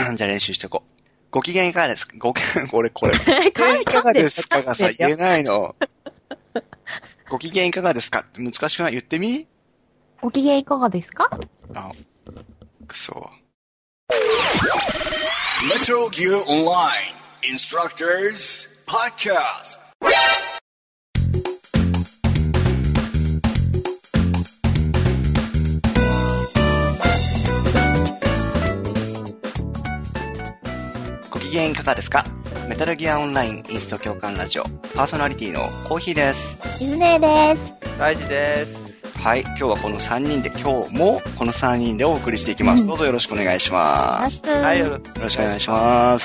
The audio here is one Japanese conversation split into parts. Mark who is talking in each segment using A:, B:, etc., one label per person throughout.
A: じゃあ練習していこう。ご機嫌いかがですか？これ。ご機嫌いかがですかがさ、言えないの。ご機嫌いかがですか？難しくない？言ってみ？
B: ご機嫌いかがですか？
A: あ、くそ。Metro Gear Online Instructors Podcast。ご機嫌いかがですか？メタルギアオンラインインスト共感ラジオパーソナリティのコーヒーです。
B: ゆずねです。
C: 大地です。
A: はい、今日はこの3人で、今日もこの3人でお送りしていきます。どうぞよろしくお願いします。
B: はい、
A: よろしくお願いします。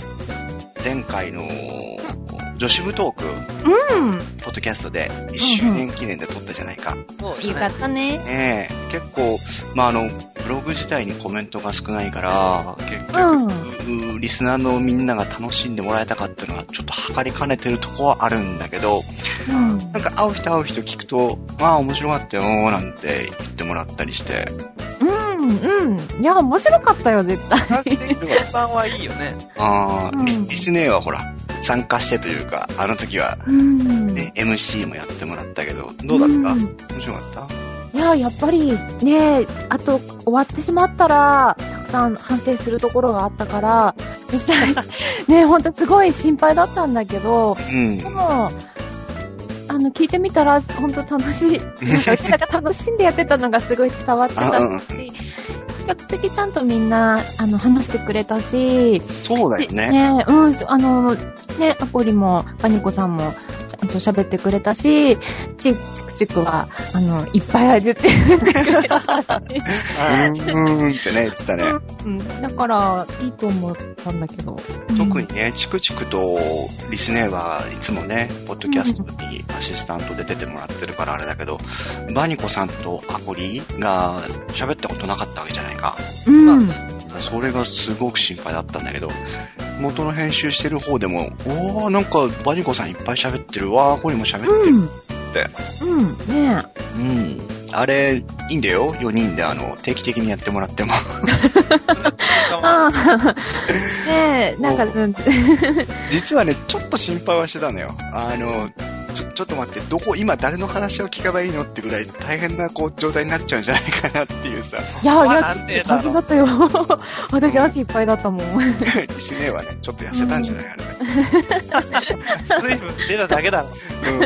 A: 前回の女子部トーク、ポッドキャストで1周年記念で撮ったじゃないか。
B: よかったね。
A: ねえ、結構、ブログ自体にコメントが少ないから、結局、リスナーのみんなが楽しんでもらえたかっていうのはちょっと測りかねてるとこはあるんだけど、なんか会う人聞くと、面白かったよなんて言ってもらったりして。
B: いや、面白かったよ、絶対。
C: 一番はいいよね。
A: リスネーはほら、参加してというか、あの時は、ね、MC もやってもらったけど、どうだった？面白かった？
B: いや、やっぱりね、あと終わってしまったら、たくさん反省するところがあったから、実際、ね、ほんとすごい心配だったんだけど、でも、聞いてみたら、ほんと楽しい。うちらが楽しんでやってたのがすごい伝わってたし、比較的ちゃんとみんな、話してくれたし、
A: そうだよね。
B: ね、アポリも、パニコさんも、ちゃんと喋ってくれたし、チクチクは、いっぱい味って言ってくれたし。
A: ってね、言ってたね。
B: だから、いいと思ったんだけど。
A: 特にね、チクチクとリスネーはいつもね、ポッドキャストにアシスタントで出てもらってるからあれだけど、バニコさんとアポリが喋ったことなかったわけじゃないか。それがすごく心配だったんだけど、元の編集してる方でも、なんかバニコさんいっぱい喋ってるわ、アポリも喋ってるって。
B: ね
A: え。あれ、いいんだよ。4人で定期的にやってもらっても。
B: ねえ、なんか、
A: 実はね、ちょっと心配はしてたのよ。ちょっと待って、今誰の話を聞けばいいのってぐらい大変な状態になっちゃうんじゃないかなっていうさ。
B: いや、大変だったよ。私汗いっぱいだったもん。
A: リスネーはね、ちょっと痩せたんじゃないあれ。
C: 随分出ただけだろ。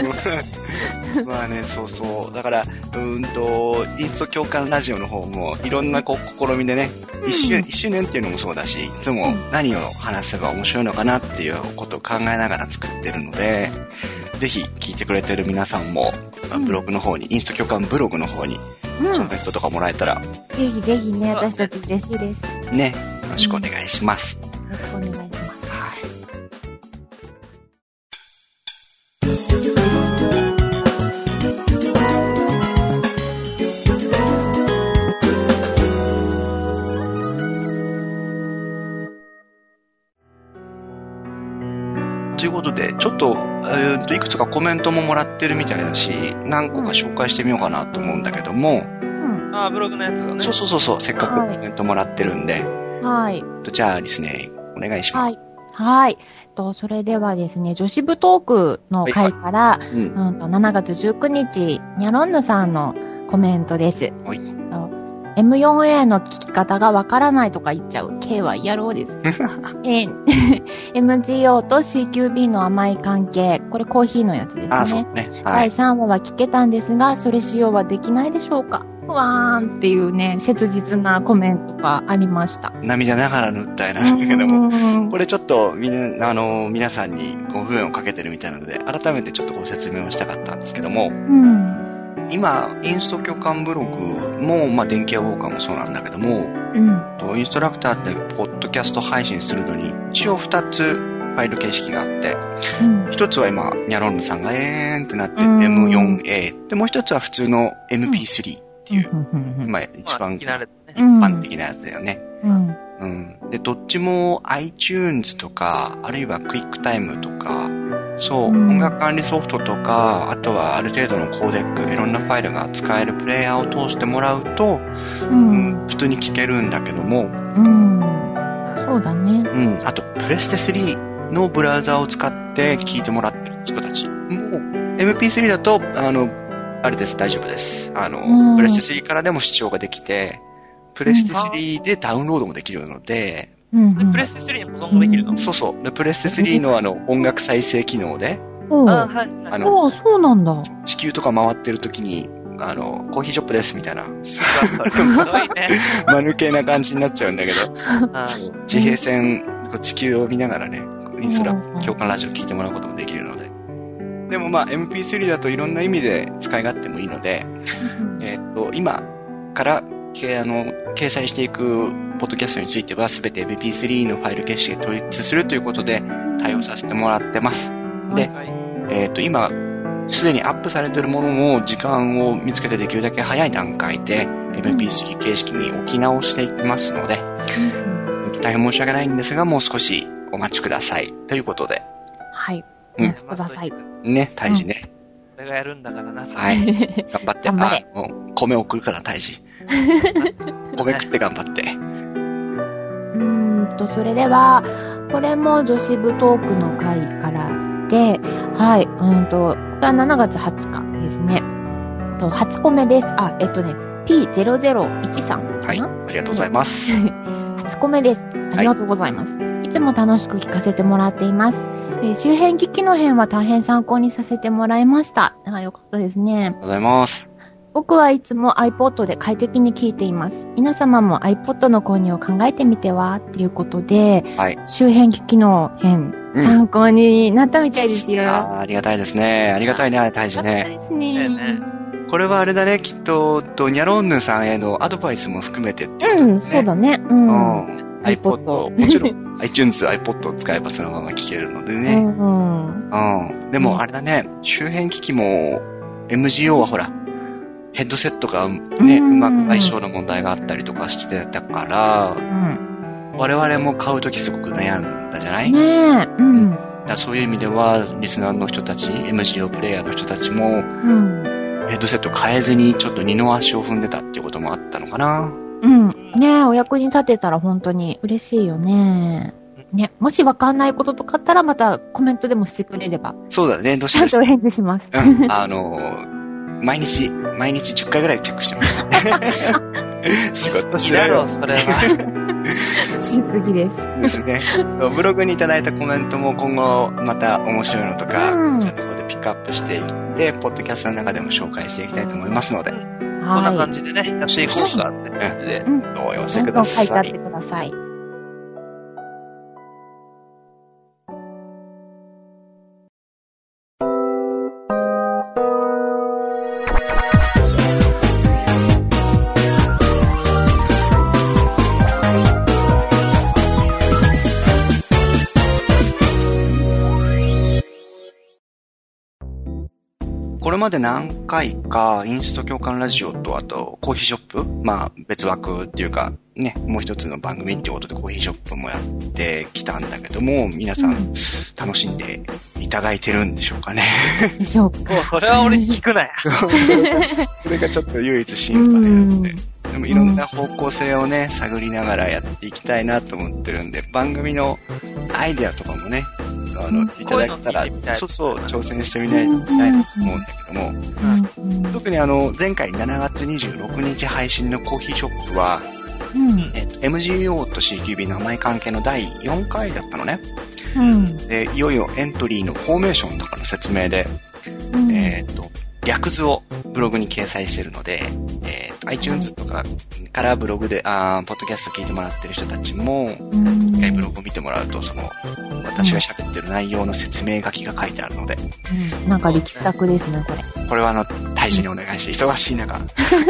A: そう。だから、インスト共感ラジオの方も、いろんな試みでね、1周年っていうのもそうだし、いつも何を話せば面白いのかなっていうことを考えながら作ってるので、ぜひ聞いてくれてる皆さんも、ブログの方に、インスト共感ブログの方に、コメントとかもらえたら。
B: ぜひぜひね、私たち嬉しいです。
A: ね、よろしくお願いします。
B: よろしくお願いします。
A: はい。ということで、ちょっと、いくつかコメントももらってるみたいだし、何個か紹介してみようかなと思うんだけども。
C: ブログのやつをね。
A: そう。せっかくコメントもらってるんで。
B: はい。
A: じゃあですね、お願いします。
B: はい。それではですね、女子部トークの回から、7月19日、ニャロンヌさんのコメントです。M4A の聞き方がわからないとか言っちゃう K は野郎です。MGO と CQB の甘い関係。これコーヒーのやつですね。
A: そうね。
B: 第3話は聞けたんですが、それ使用はできないでしょうか？わーんっていうね、切実なコメントがありました。
A: 涙ながらの訴えなんだけども、これちょっと皆さんにご不便をかけてるみたいなので、改めてちょっとご説明をしたかったんですけども、今、インスト共感ブログも、電気屋ウォーカーもそうなんだけども、インストラクターってポッドキャスト配信するのに、一応2つファイル形式があって、一つは今、ニャロンヌさんがってなって M4A、で、もう一つは普通の MP3 っていう、一番一般的なやつだよね。で、どっちも iTunes とか、あるいはクイックタイムとか、音楽管理ソフトとか、あとはある程度のコーデック、いろんなファイルが使えるプレイヤーを通してもらうと、普通に聞けるんだけども、
B: そそうだね。
A: あと、プレステ3のブラウザを使って聞いてもらってる人たち。もう、MP3 だと、あれです、大丈夫です。プレステ3からでも視聴ができて、プレステ3でダウンロードもできるので、
C: プレステ3に保存もできるの？
A: そう。プレステ3の音楽再生機能で、
B: そうなんだ。
A: 地球とか回ってる時に、コーヒーショップですみたいな。
C: すごいね。
A: 間抜けな感じになっちゃうんだけど、地平線、地球を見ながらね、インストラ共感ラジオ聞いてもらうこともできるので。でもMP3 だといろんな意味で使い勝手もいいので、今から掲載していくポッドキャストについてはすべて MP3 のファイル形式で統一するということで対応させてもらってます。で、今、すでにアップされているものも時間を見つけてできるだけ早い段階で MP3 形式に置き直していきますので、大変申し訳ないんですが、もう少しお待ちください。ということで。
B: はい。お待ちください。
A: ね、大事ね。
C: 俺がやるんだからな。
A: はい。頑張って。
B: 頑張れ。
A: 米送るから大事。米食って頑張って。
B: それでは、これも女子部トークの回からで、はい、これは7月20日ですね。初コメです。P0013
A: はい、ありがとうございます。
B: 初コメです。ありがとうございます。いつも楽しく聞かせてもらっています。周辺機器の辺は大変参考にさせてもらいました。よかったですね。
A: ありがとうございます。
B: 僕はいつも iPod で快適に聞いています。皆様も iPod の購入を考えてみてはっていうことで、はい、周辺機器の辺、参考になったみたいですよ。
A: ありがたいですね。ありがたいね、大事ね。
B: ありがたいですね。
A: これはあれだね、きっと、ニャロンヌさんへのアドバイスも含めてってことね。
B: そうだね。
A: iPod、もちろん iTunes、iPod を使えばそのまま聞けるのでね。でもあれだね、周辺機器も MGO はほら、ヘッドセットがね、うまく相性の問題があったりとかしてたから、我々も買うときすごく悩んだじゃない？
B: ねえ。
A: だそういう意味では、リスナーの人たち、MGO プレイヤーの人たちも、ヘッドセット変えずにちょっと二の足を踏んでたっていうこともあったのかな。
B: ねえ、お役に立てたら本当に嬉しいよね。ね、もしわかんないこととかあったらまたコメントでもしてくれれば。
A: そうだね、どうし
B: ちゃんとお返事します。
A: 毎日10回ぐらいチェックしてます。仕事しろよ。
C: それは。
B: しすぎです。
A: ですね。ブログにいただいたコメントも今後また面白いのとか、こちらの方でピックアップしていって、ポッドキャストの中でも紹介していきたいと思いますので。
C: こんな感じでね、やっていこうかって感じで。
A: お寄せください。
B: 書いてあってください。
A: これまで何回かインスト共感ラジオとあとコーヒーショップ、別枠っていうかね、もう一つの番組っていうことでコーヒーショップもやってきたんだけども、皆さん楽しんでいただいてるんでしょうかね。
B: でしょうか。
C: もうそれは俺に聞くなや。
A: それがちょっと唯一心配なんで。でもいろんな方向性をね、探りながらやっていきたいなと思ってるんで、番組のアイデアとかもね、いただけたら、挑戦してみたいなと思うんだけども、特に前回7月26日配信のコーヒーショップは、MGO と CQB の名前関係の第4回だったのね。で、いよいよエントリーのフォーメーションとかの説明で、略図をブログに掲載してるので、iTunes とかからブログで、ポッドキャスト聞いてもらってる人たちも、一回ブログを見てもらうと、私が喋ってる内容の説明書きが書いてあるので。
B: なんか力作ですね、これ。
A: これは大使にお願いして、忙しい中、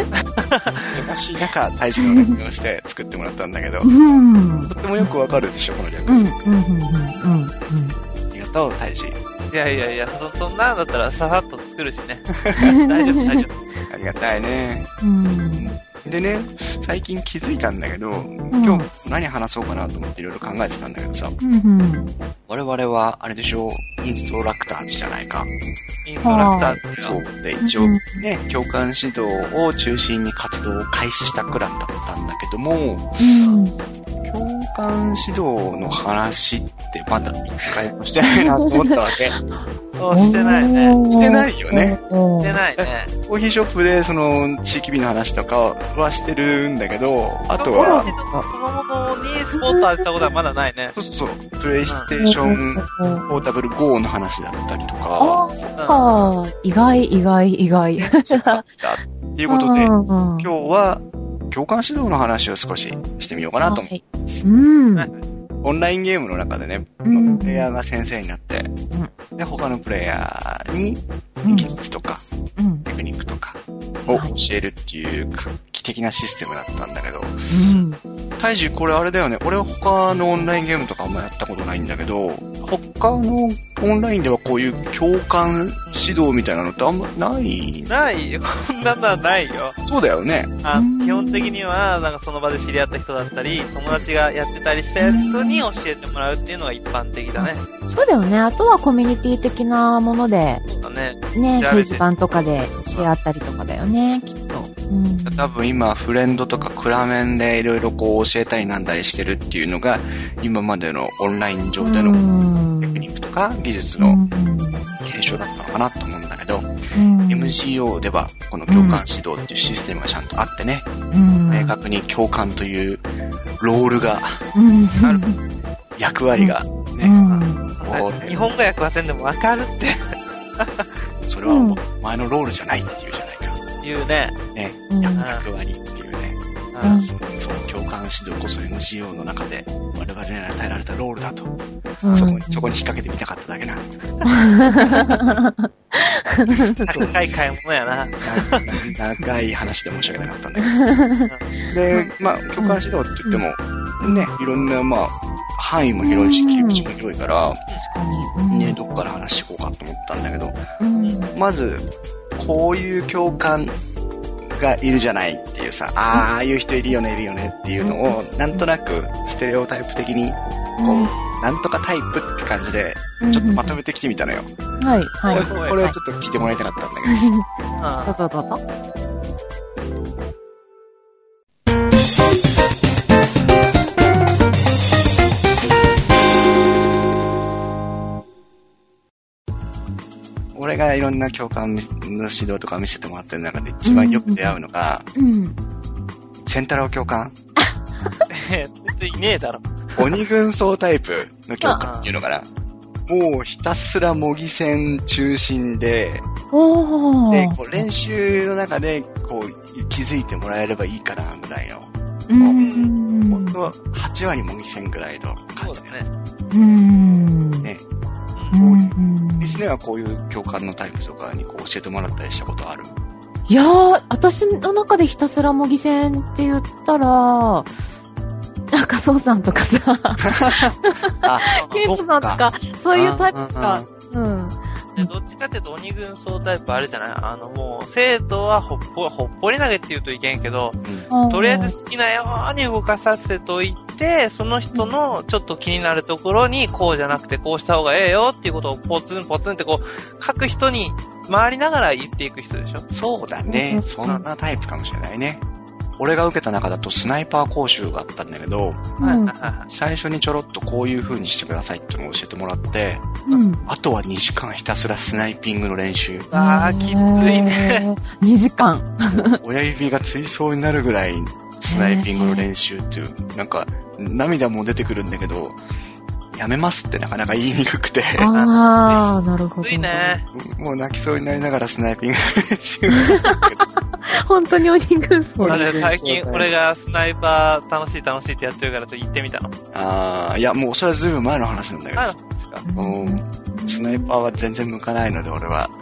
A: 大使にお願いをして作ってもらったんだけど、とってもよくわかるでしょ、この略図。ありがとう、大使。
C: いや、そんなんだったらささっと作るしね。大丈夫。
A: ありがたいね。でね、最近気づいたんだけど、今日何話そうかなと思っていろいろ考えてたんだけどさ、我々はあれでしょう、インストラクターズじゃないか。
C: インストラクターズ。
A: そう。で、一応ね、共感指導を中心に活動を開始したクランだったんだけども、共官指導の話ってまだ一回もしてないなと思ったわけ。
C: してないね。
A: してないよね。
C: してないね。
A: コーヒーショップでその地域美の話とかはしてるんだけど、あとは、
C: そのものにスポット当てたことはまだないね。
A: そうそうそう。プレイステーションポータブル GO の話だったりとか。
B: ああ、そっか。意外。
A: っていうことで、今日は共感指導の話を少ししてみようかなと思ってます。オンラインゲームの中でね、プレイヤーが先生になって、で、他のプレイヤーに技術とか、テクニックとかを教えるっていう画期的なシステムだったんだけど、大樹これあれだよね、俺は他のオンラインゲームとかあんまやったことないんだけど、他のオンラインではこういう共感指導みたいなのってあんまない
C: ないよ。こんなのはないよ。
A: そうだよね。
C: 基本的には、なんかその場で知り合った人だったり、友達がやってたりしたやつに教えてもらうっていうのが一般的だね。
B: そうだよね。あとはコミュニティ的なもので、
C: そうだね。
B: ね、掲示板とかで教え合ったりとかだよね、きっと。
A: 多分今、フレンドとかクラメンでいろいろこう教えたりなんだりしてるっていうのが、今までのオンライン上でのテクニックとか技術の継承だったのかなと思うんだけど、MGO ではこの共感指導っていうシステムがちゃんとあってね、明確に共感というロールがある、役割がね、
C: 日本語訳はせんでもわかるって。
A: それはもう前のロールじゃないっていうじゃないか。
C: 言うね。
A: ね、役割っていうね。その共感指導こそ MGO の中で我々に与えられたロールだと。そこに引っ掛けてみたかっただけな。
C: 高い買い物やな。
A: 長い話で申し訳なかったんだけど。で、まあ、共感指導って言っても、ね、いろんな、まあ、範囲も広いし、切り口も広いから、ね、どこから話していこうかと思ったんだけど、まず、こういう共感がいるじゃないっていうさ、ああいう人いるよねっていうのを、なんとなくステレオタイプ的に、こう、なんとかタイプって感じで、ちょっとまとめてきてみたのよ。これをちょっと聞いてもらいたかったんだけど。
B: どうぞ。
A: 俺がいろんな共感の指導とか見せてもらってる中で一番よく出会うのが、センタロウ共感。
C: 別にいねえだろ。
A: 鬼軍曹タイプの共感っていうのかな。もうひたすら模擬戦中心で、こう練習の中でこう気づいてもらえればいいかなぐらいの。本当は8割模擬戦ぐらいの感じだね。リスネはこういう共感のタイプとかにこう教えてもらったりしたことある？
B: いやー、私の中でひたすら模擬戦って言ったら、なんかそうさんとかさ、ケントさんとか、そういうタイプしか、
C: どっちかっていうと鬼軍曹タイプあるじゃない？もう、生徒はほっぽり投げって言うといけんけど、とりあえず好きなように動かさせといて、その人のちょっと気になるところに、こうじゃなくてこうした方がええよっていうことをポツンポツンってこう、各人に回りながら言っていく人でしょ？
A: そうだね。そんなタイプかもしれないね。俺が受けた中だとスナイパー講習があったんだけど、最初にちょろっとこういう風にしてくださいっていうのを教えてもらって、あとは2時間ひたすらスナイピングの練習。
C: きついね。
B: 2時間。
A: 親指がついそうになるぐらいスナイピングの練習っていう、なんか涙も出てくるんだけど、やめますってなかなか言いにくくて。
B: なるほど。
C: きついね。
A: もう泣きそうになりながらスナイピングの練習をしてたけど。
B: 本当に鬼軍曹。
C: 最近俺がスナイパー楽しいってやってるからちょっと言ってみたの。
A: いやもうそれはずいぶん前の話なんだけど。スナイパーは全然向かないので俺は。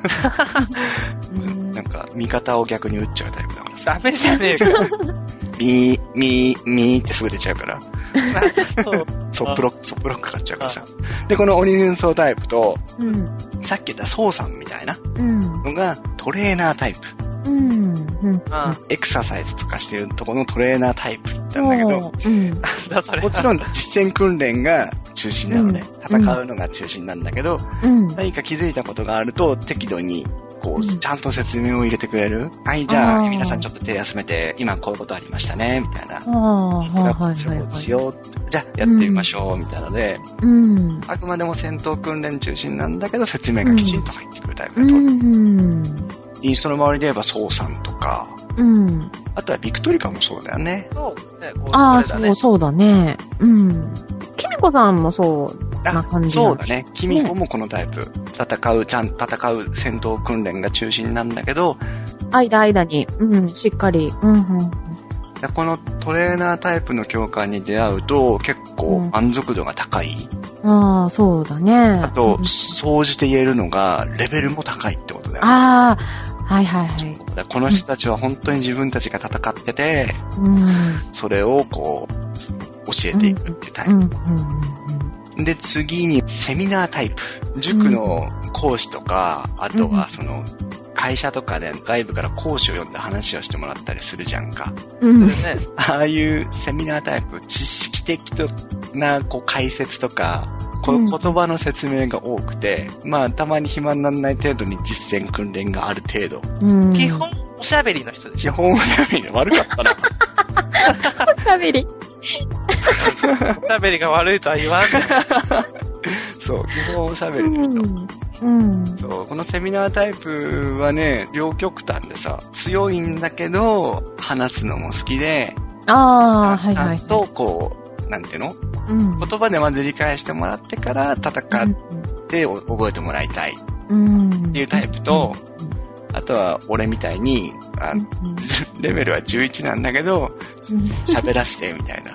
A: なんか味方を逆に撃っちゃうタイプだからさ。
C: ダメじゃねえか。
A: ミーってすぐ出ちゃうから。ソップロックかかっちゃうからさ。で、この鬼軍曹タイプと、さっき言ったソウさんみたいなのがトレーナータイプ。エクササイズとかしてるところのトレーナータイプなんだけど、もちろん実践訓練が中心なので、戦うのが中心なんだけど、何か気づいたことがあると適度にこう、ちゃんと説明を入れてくれる。はい、じゃあ、皆さんちょっと手休めて、今こういうことありましたね、みたいな。そうですよ。じゃあ、やってみましょう、みたいなので、あくまでも戦闘訓練中心なんだけど、説明がきちんと入ってくるタイプで撮る。インストの周りで言えば、ソウさんとか、あとはビクトリカもそうだよね。
C: そうですね。
B: そうだね。キミコさんもそうな感じ。
A: そうだね。キミコもこのタイプ。戦う戦う戦闘訓練が中心なんだけど、
B: 間に、しっかり。
A: このトレーナータイプの教官に出会うと、結構満足度が高い。
B: そうだね。
A: あと、総じて言えるのが、レベルも高いってことだよね。この人たちは本当に自分たちが戦ってて、それをこう、教えていくっていうタイプ。で、次にセミナータイプ。塾の講師とか、あとはその、会社とかで外部から講師を呼んで話をしてもらったりするじゃんか。ああいうセミナータイプ、知識的なこう解説とか、この言葉の説明が多くて、まあたまに暇にならない程度に実践訓練がある程度。
C: 基本おしゃべりの人でしょ。
A: 基本おしゃべり悪かったな。
B: おしゃべり。
C: おしゃべりが悪いとは言わんね。
A: そう、基本おしゃべりの人。そう、このセミナータイプはね、両極端でさ、強いんだけど、話すのも好きで、ちゃんとこう、なんていうの、言葉でまず理解してもらってから戦って覚えてもらいたいっていうタイプと、あとは俺みたいに、レベルは11なんだけど、喋らせてみたいな。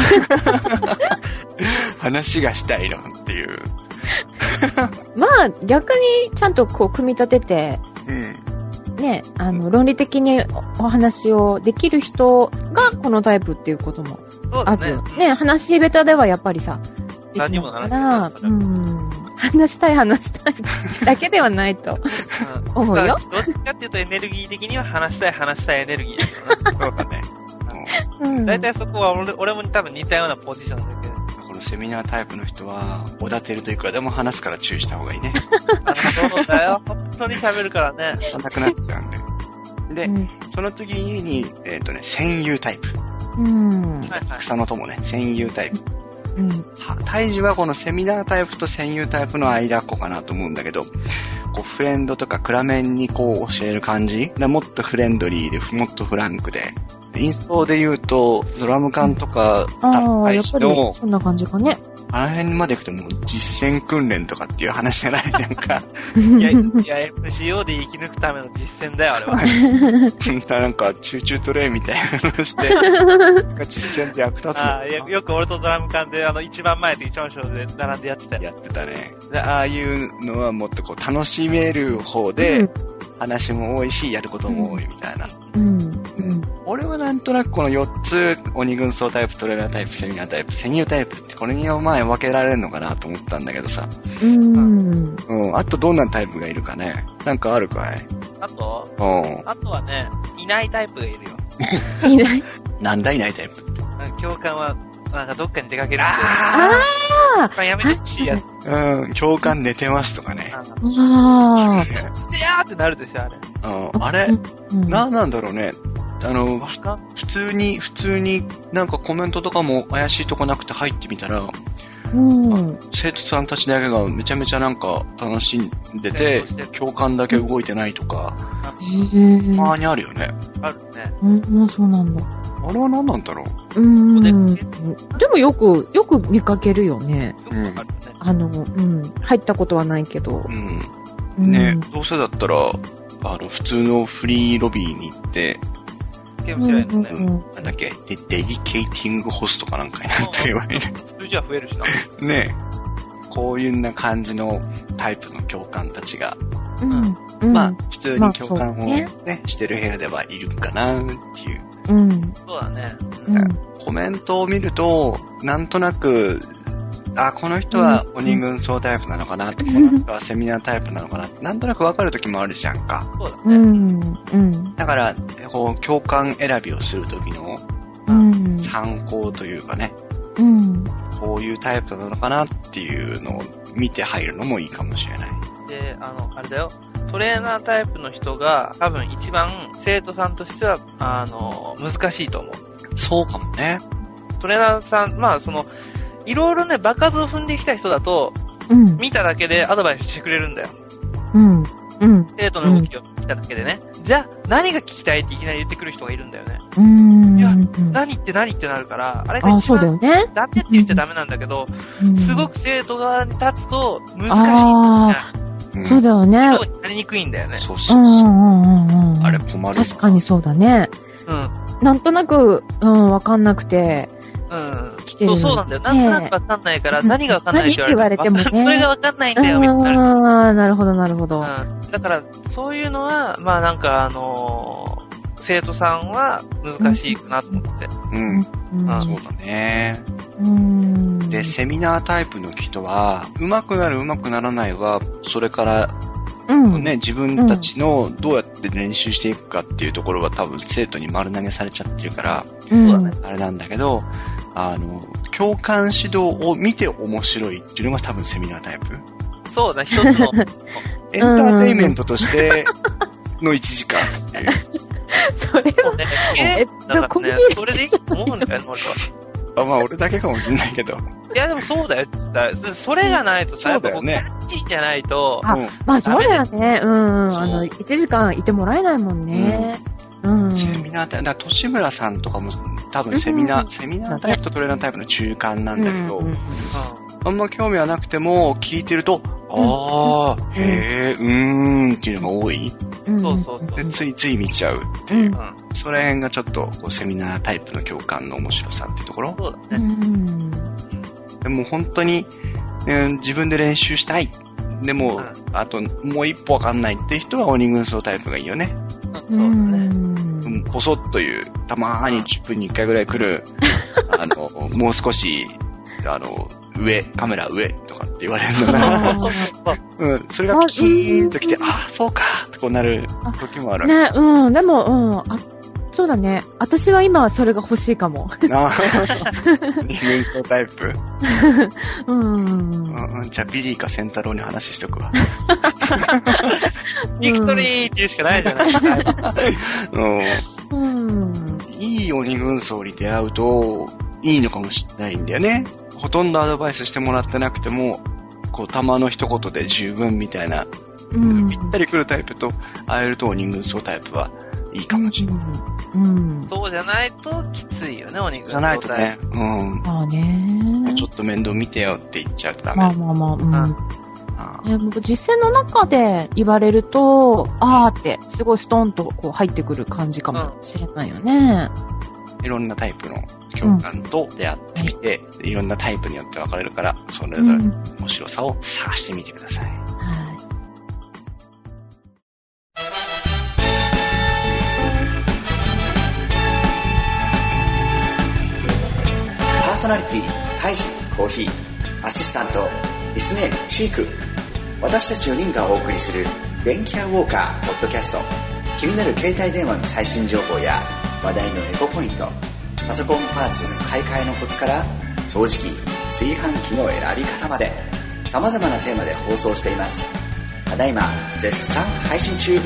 A: 話がしたいのっていう。
B: まあ逆にちゃんとこう組み立てて、ね、論理的にお話をできる人がこのタイプっていうこともある。ね、話下手ではやっぱりさ、
C: 何も話したい
B: 話したいだけではないと思うよ。
C: どっちかっていうとエネルギー的には話したいエネルギー。
A: そうだね。
C: だいたいそこは俺も多分似たようなポジションだけど。
A: このセミナータイプの人は、おだてるといくらでも話すから注意した方がいいね。
C: そうだよ。本当に喋るからね。
A: なくなっちゃうんで。で、その次に、戦友タイプ。草の友ね、戦友タイプ。胎児はこのセミナータイプと戦友タイプの間っこかなと思うんだけど、こうフレンドとか暗めにこう教える感じでもっとフレンドリーで、もっとフランクで。インストで言うと、ドラム缶とか、
B: やっぱりそんな感じかね。
A: あの辺まで行くともう実践訓練とかっていう話じゃないなんか。
C: いや、FCO で生き抜くための実践だよ、あれは。
A: なんか、チューチュートレイみたいなのして、実践で役立つの。
C: よく俺とドラム缶で、一番前と一番後ろで並んでやってたよ。
A: やってたね。で、ああいうのはもっとこう、楽しめる方で、話も多いし、やることも多いみたいな。俺はなんとなくこの4つ、鬼軍曹タイプ、トレーナータイプ、セミナータイプ、戦友タイプってこれに前分けられるのかなと思ったんだけどさ。あとどんなタイプがいるかね。なんかあるかい？
C: あとはね、いないタイプがいるよ。
B: いない？
A: なんだいないタイプって。
C: 教官は、なんかどっかに出かけるんで。教官やめてほしいやつ。
A: 教官寝てますとかね。
C: してやーってなるでしょ、あれ。
A: あれなんだろうね。普通になんかコメントとかも怪しいとこなくて入ってみたら、生徒さんたちだけがめちゃめちゃなんか楽しんでて、教官だけ動いてないとか、たまにあるよね。
C: あるね。
B: そうなんだ。
A: あれは何なんだろう。
B: でもよく見かけるよね。入ったことはないけど。
A: ね、どうせだったら、普通のフリーロビーに行って、なんだっけ、デデリケーティングホストかなんかになって言われる。
C: 数字は増えるしな。
A: ねこういうな感じのタイプの教官たちが、まあ、普通に教官をね、してる部屋ではいるかなっていう。
C: そうだね。
A: コメントを見ると、なんとなく、この人は鬼軍曹タイプなのかなって、この人はセミナータイプなのかなって、なんとなくわかるときもあるじゃんか。
C: そうだね。
A: だから、こう、教官選びをするときの、参考というかね、こういうタイプなのかなっていうのを見て入るのもいいかもしれない。
C: で、あれだよ。 トレーナータイプの人が多分一番生徒さんとしては、難しいと思う。
A: そうかもね。
C: トレーナーさん、まあいろいろね、場数を踏んできた人だと、見ただけでアドバイスしてくれるんだよ。生徒の動きを見ただけでね。じゃあ、何が聞きたいっていきなり言ってくる人がいるんだよね。いや、何ってなるから、あれが一番ダメって言っちゃダメなんだけど、すごく生徒側に立つと難しいんだよね。
B: そうだよね。
C: 人になりにくいんだよね。
A: そうそうそう。あれ困る。
B: 確かにそうだね。なんとなく、わかんなくて。
C: そうなんだよ。なんとなくわかんないから、何がわかんないって
B: 言われてもね。
C: それがわかんないんだよ、みたい
B: な。なるほど、なるほど。
C: だから、そういうのは、まあなんか生徒さんは難しいかなと思って。
A: そうだね。で、セミナータイプの人は、上手くなる上手くならないは、それから、自分たちのどうやって練習していくかっていうところは多分生徒に丸投げされちゃってるから、あれなんだけど、共感指導を見て面白いっていうのが多分セミナータイプ。
C: そうだ、一つの。
A: エンターテイメントとしての1時間っていう。
B: それはね、
C: それでいいと思うんだよね、俺は。
A: まあ、俺だけかもしれないけど。
C: いや、でもそうだよってさ、それがないとさ、
A: そうだよね。
C: やっぱこっちじゃないと。
B: まあ、そうだよね。1時間いてもらえないもんね。
A: セミナータイプ、都市村さんとかも多分セミナータイプとトレーナータイプの中間なんだけど、あんま興味はなくても聞いてると、へーっていうのが多い。で、ついつい見ちゃうっていう。それ辺がちょっとセミナータイプの共感の面白さっていうところ。
C: そうだね。
A: でも本当に、自分で練習したい。でも、あともう一歩わかんないっていう人は鬼軍曹タイプがいいよね。
C: そうだね。
A: ポソッという、たまーに10分に1回ぐらい来る、もう少し、カメラ上とかって言われるのが、それがキーンと来て、そうかってこうなる時もある。
B: ね、でも、そうだね。私は今それが欲しいかも。
A: 二軍曹タイプ。じゃあビリーかセンタロウに話しとくわ。
C: ビクトリーって言うしかないじゃないですか。
A: いい鬼軍曹に出会うといいのかもしれないんだよね。ほとんどアドバイスしてもらってなくても、玉の一言で十分みたいな、ぴったり来るタイプと会えると鬼軍曹タイプはいいかもしれない。
C: そうじゃないときついよね、鬼軍曹タイプ。
A: じゃないとね。
B: まあね。
A: ちょっと面倒見てよって言っちゃうとダメ。
B: 実践の中で言われると、ってすごいストンと入ってくる感じかもしれないよね。
A: いろんなタイプの共感と出会ってみて、いろんなタイプによって分かれるから、それぞれ面白さを探してみてください。
D: パーソナリティ、ハイジ、コーヒー、アシスタント、リスネーム、チーク。私たち4人がお送りする電気屋ウォーカーポッドキャスト。気になる携帯電話の最新情報や話題のエコポイント、パソコンパーツの買い替えのコツから掃除機、炊飯器の選び方まで様々なテーマで放送しています。ただいま絶賛配信中。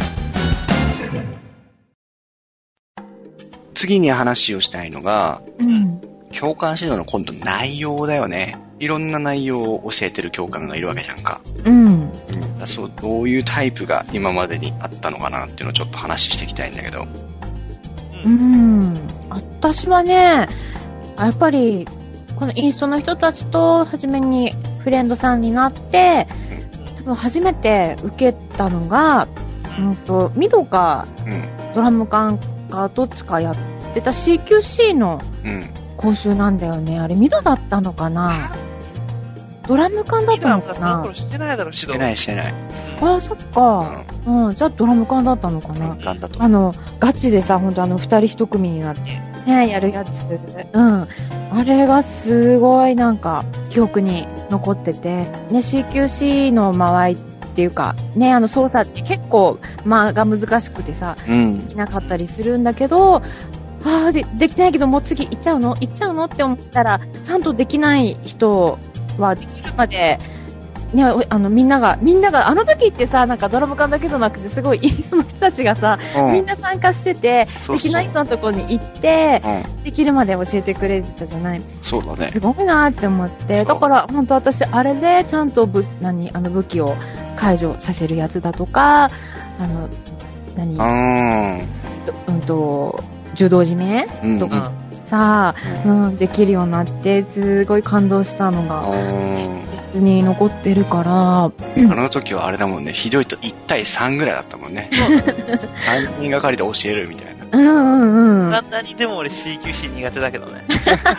A: 次に話をしたいのが、共感指導の今度内容だよね。いろんな内容を教えてる教官がいるわけじゃんか。どういうタイプが今までにあったのかなっていうのをちょっと話していきたいんだけど。
B: 私はね、やっぱりこのインストの人たちと初めにフレンドさんになって、多分初めて受けたのが、ミドか、ドラム缶かどっちかやってた CQC の講習なんだよね。あれミドだったのかな、ドラム缶だったのかな。
C: してないだろ、
A: してない。
B: そっか。じゃあドラム缶だったのかな。ガチでさ、ほんと二人一組になって、ね、やるやつ。あれがすごいなんか、記憶に残ってて、ね、CQC の間合いっていうか、ね、操作って結構、が難しくてさ、できなかったりするんだけど、できないけど、もう次行っちゃうのって思ったら、ちゃんとできない人はできるまでね、みんなが、あの時ってさ、なんかドラム缶だけじゃなくて、すごい、その人たちがさ、みんな参加してて、できない人のところに行って、できるまで教えてくれてたじゃない。
A: そうだね。
B: すごいなーって思って、だから、本当私、あれで、ちゃんと武器を解除させるやつだとか、柔道締めとか、さあ、できるようになって、すごい感動したのが、別に残ってるから。
A: あの時はあれだもんね、ひどいと1対3ぐらいだったもんね。3人がかりで教えるみたいな。
C: 簡単にでも俺 CQC 苦手だけどね。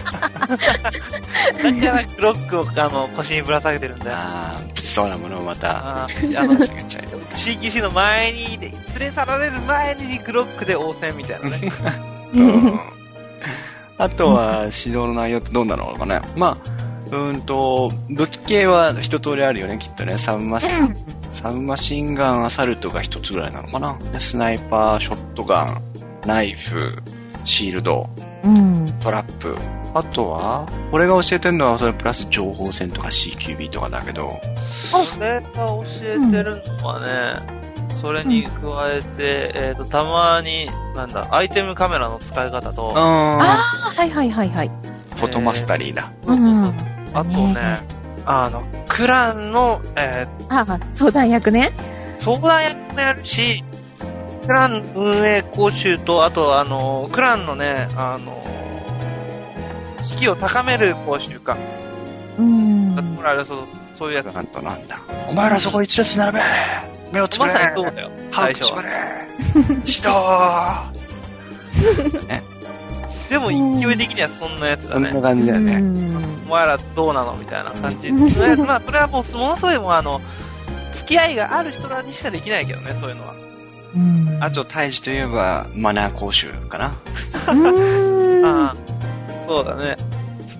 C: だからクロックを腰にぶら下げてるんだよ。
A: 物騒なものをまた。
C: CQC の前に、連れ去られる前にクロックで応戦みたいなね。
A: あとは指導の内容ってどうなのかね。まあ、武器系は一通りあるよね、きっとね。サブマシンガン、アサルトが一つぐらいなのかな。スナイパー、ショットガン、ナイフ、シールド、トラップ。あとは、俺が教えてるのはそれプラス情報戦とか CQB とかだけど。
C: 俺が教えてるのはね、それに加えて、たまに、アイテムカメラの使い方と、
B: はいはいはいはい。
A: フォトマスタリーだ。
C: あとね、クランの、
B: 相談役ね。
C: 相談役もやるし、クラン運営講習と、あとクランのね、士気を高める講習か。そういうやつ。
A: なんだ。お前らそこ一列並べ、目をつぶれ。
C: まさにそうだよ。
A: 歯をつぶれ。指導。
C: でも勢い的にはそんなやつだね。
A: そんな感じだよね。
C: お前らどうなのみたいな感じ。まあ、それはもう、ものすごい付き合いがある人らにしかできないけどね、そういうのは。
A: あと、胎児といえば、マナー講習かな。
C: そうだね。
A: そう。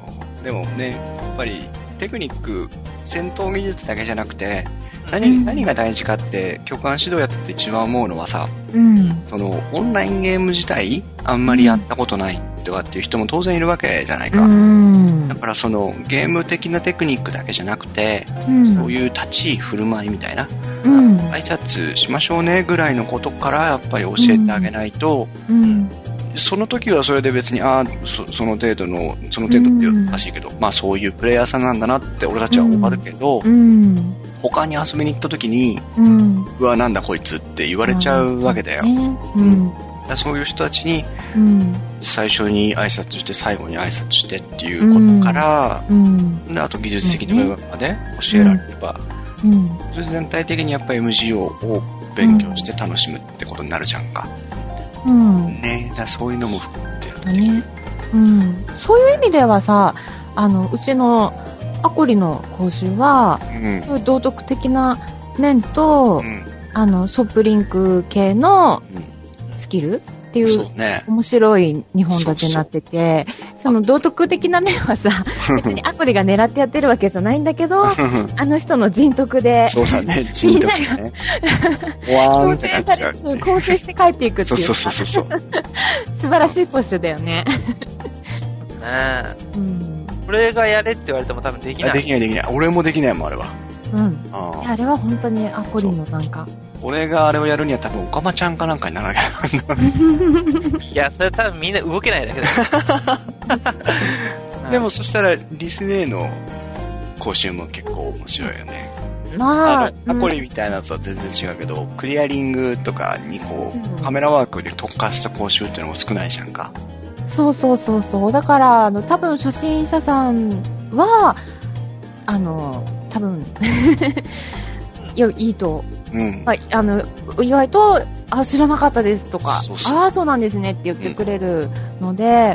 A: でもね、やっぱり、テクニック、戦闘技術だけじゃなくて、何が大事かって、教官指導やってて一番思うのはさ、オンラインゲーム自体、あんまりやったことないとかっていう人も当然いるわけじゃないか。だからゲーム的なテクニックだけじゃなくて、そういう立ち居振る舞いみたいな、挨拶しましょうねぐらいのことからやっぱり教えてあげないと、その時はそれで別に、その程度っていうのはおかしいけど、まあそういうプレイヤーさんなんだなって俺たちは終わるけど、他に遊びに行った時に、うわ、なんだこいつって言われちゃうわけだよ。そういう人たちに、最初に挨拶して最後に挨拶してっていうことから、あと技術的な部分まで教えられれば、それ全体的にやっぱり MGO を勉強して楽しむってことになるじゃんか。ね、だそういうのも含めてやってる。
B: そういう意味ではさ、うちのアコリの講習は、そういう道徳的な面と、ソップリンク系のスキルっていう、面白い2本立てになってて、その道徳的な面はさ、別にアコリが狙ってやってるわけじゃないんだけど、あの人の人徳で、みんなが構成して帰っていくっていう。素晴らしい講習だよね。
C: これがやれって言われても多分できない。
A: できない。俺もできないもん、あれは。
B: あれは本当にアコリのなんか。
A: 俺があれをやるには多分、おかまちゃんかなんかにならなきゃ。
C: いや、それ多分みんな動けないだけだよ。
A: でもそしたら、リスネーの講習も結構面白いよね。アコリみたいなやつは全然違うけど、クリアリングとかにカメラワークで特化した講習っていうのも少ないじゃんか。
B: そう。だから、多分初心者さんは、多分、いいと。意外と、知らなかったですとか、そうなんですねって言ってくれるので、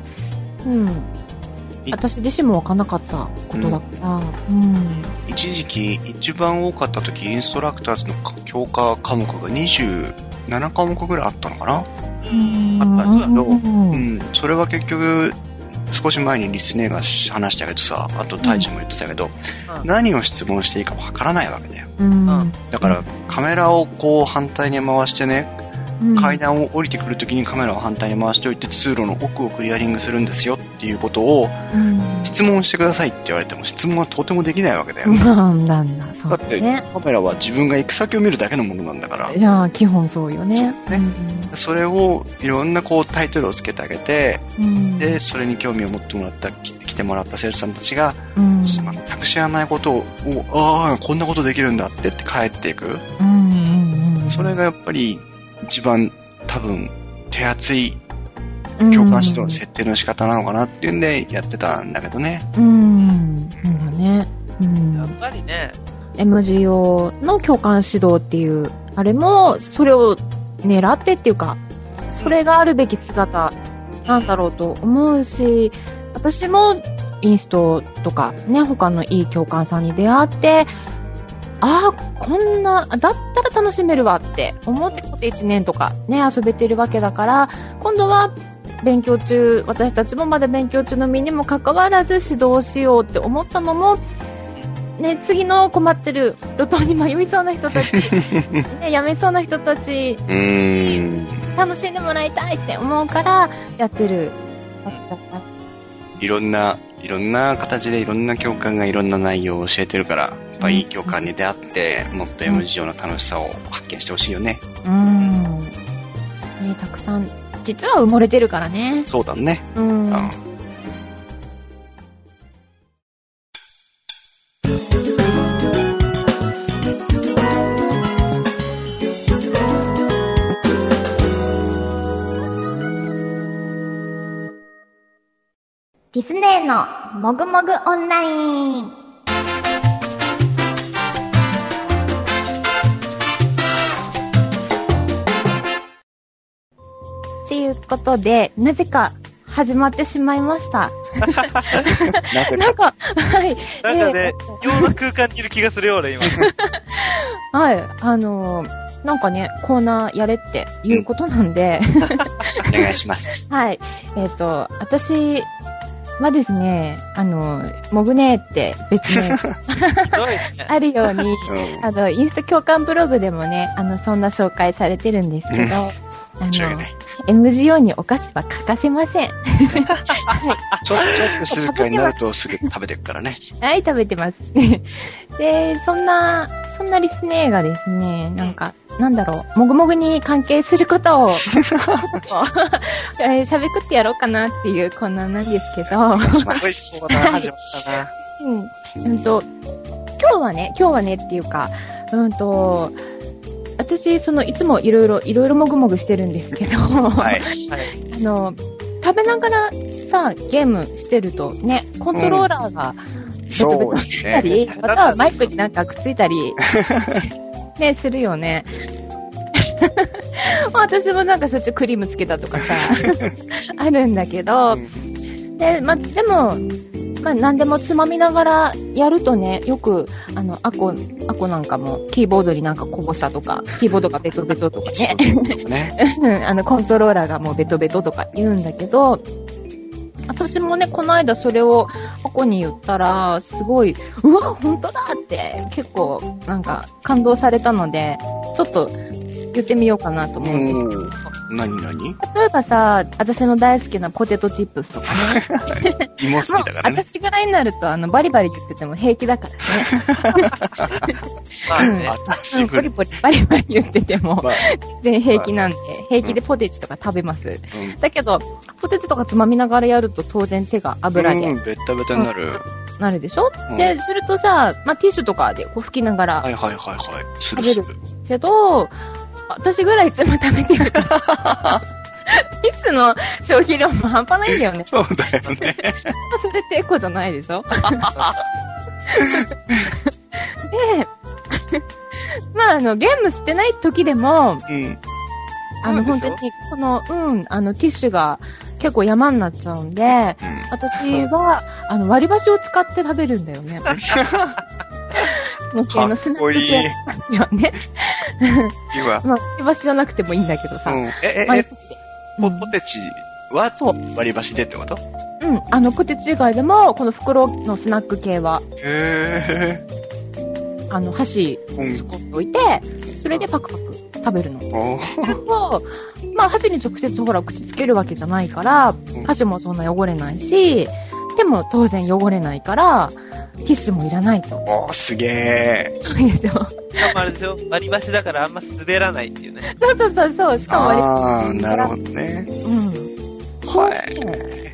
B: 私自身も分かんなかったことだから、
A: 一時期、一番多かった時、インストラクターズの教科科目が27科目ぐらいあったのかな？あったんですけど、それは結局、少し前にリスネーが話したけどさ、あとタイチも言ってたけど、何を質問していいかわからないわけだよ。だからカメラをこう反対に回してね、 階段を降りてくるときにカメラを反対に回しておいて通路の奥をクリアリングするんですよっていうことを、質問してくださいって言われても質問はとてもできないわけだよね。
B: なんだ、そう
A: だってカメラは自分が行く先を見るだけのものなんだから。
B: いや、基本そうよね。
A: それをいろんなタイトルをつけてあげて、で、それに興味を持ってもらった、来てもらった生徒さんたちが、全く知らないことを、こんなことできるんだって帰っていく。それがやっぱり一番多分手厚い共感指導の設定の仕方なのかなっていうんでやってたんだけどね。
B: そうだね。
C: やっぱりね。
B: MGO の共感指導っていう、あれもそれを狙ってっていうか、それがあるべき姿なんだろうと思うし、私もインストとかね、他のいい教官さんに出会って、こんな、だったら楽しめるわって思ってこて1年とかね、遊べてるわけだから、今度は勉強中、私たちもまだ勉強中の身にもかかわらず指導しようって思ったのも、ね、次の困ってる路頭に迷いそうな人たち、ね、やめそうな人たち、楽しんでもらいたいって思うからやってる。
A: いろんな形でいろんな教官がいろんな内容を教えてるから、やっぱいい教官に出会って、もっと MGO の楽しさを発見してほしいよね。
B: ね、たくさん、実は埋もれてるからね。
A: そうだね。
B: ディスネーのもぐもぐオンライン。っていうことで、なぜか始まってしまいました。なんか、はい。
C: なんかね、異様な空間にいる気がするよ、俺今。
B: はい、なんかね、コーナーやれっていうことなんで。
A: お願いします。
B: はい。私はですね、もぐねーって別にあるように、インスタ共感ブログでもね、そんな紹介されてるんですけど、MGO にお菓子は欠かせません。はい。
A: ちょっと静かになるとすぐ食べてるからね。
B: はい、食べてます。で、そんなリスネーがですね、なんだろう、もぐもぐに関係することを、しゃべくってやろうかなっていうコーナーなんですけど。
C: すごいコーナー始まったな。
B: 今日はねっていうか、私、いつもいろいろもぐもぐしてるんですけど、はい。食べながらさ、ゲームしてるとね、コントローラーがベトベトしたり、またはマイクになんかくっついたり、ね、するよね。私もなんかしょっちゅうクリームつけたとかさ、あるんだけど、でも、何でもつまみながらやるとね、よく、アコなんかも、キーボードになんかこぼしたとか、キーボードがベトベトとかね。コントローラーがもうベトベトとか言うんだけど、私もね、この間それをアコに言ったら、すごい、うわ、本当だって、結構、なんか、感動されたので、ちょっと、言ってみようかなと思うんですけど。
A: 何
B: 例えばさ、私の大好きなポテトチップスとかね。
A: 芋好きだからね。
B: 私ぐらいになると、バリバリ言ってても平気だからね。
C: まあね。
B: ポリポリバリバリ言ってても、全然平気なんで、平気でポテチとか食べます。だけど、ポテチとかつまみながらやると当然手が油で。
A: ベッタベタになる。
B: なるでしょ、で、するとさ、ティッシュとかで拭きながら。食べるけど、私ぐらいいつも食べてる。ティッシュの消費量も半端ないんだよね。
A: そうだよね。
B: それってエコじゃないでしょで、ゲームしてない時でも、本当に、ティッシュが結構山になっちゃうんで、私は、割り箸を使って食べるんだよね。
A: かっこいい。
B: はね。割り箸じゃなくてもいいんだけどさ。
A: ポテチは割り箸でってこと？
B: ポテチ以外でも、この袋のスナック系は。箸作っておいて、それでパクパク食食べるの。まあ、箸に直接ほら、口つけるわけじゃないから、箸もそんな汚れないし、手も当然汚れないから、ティッシュもいらないと。
A: すげー。
B: そうですよ。
C: あれですよ。割り箸だからあんま滑らないっていうね。
B: そう。しかも割
A: り箸。なるほどね。はい。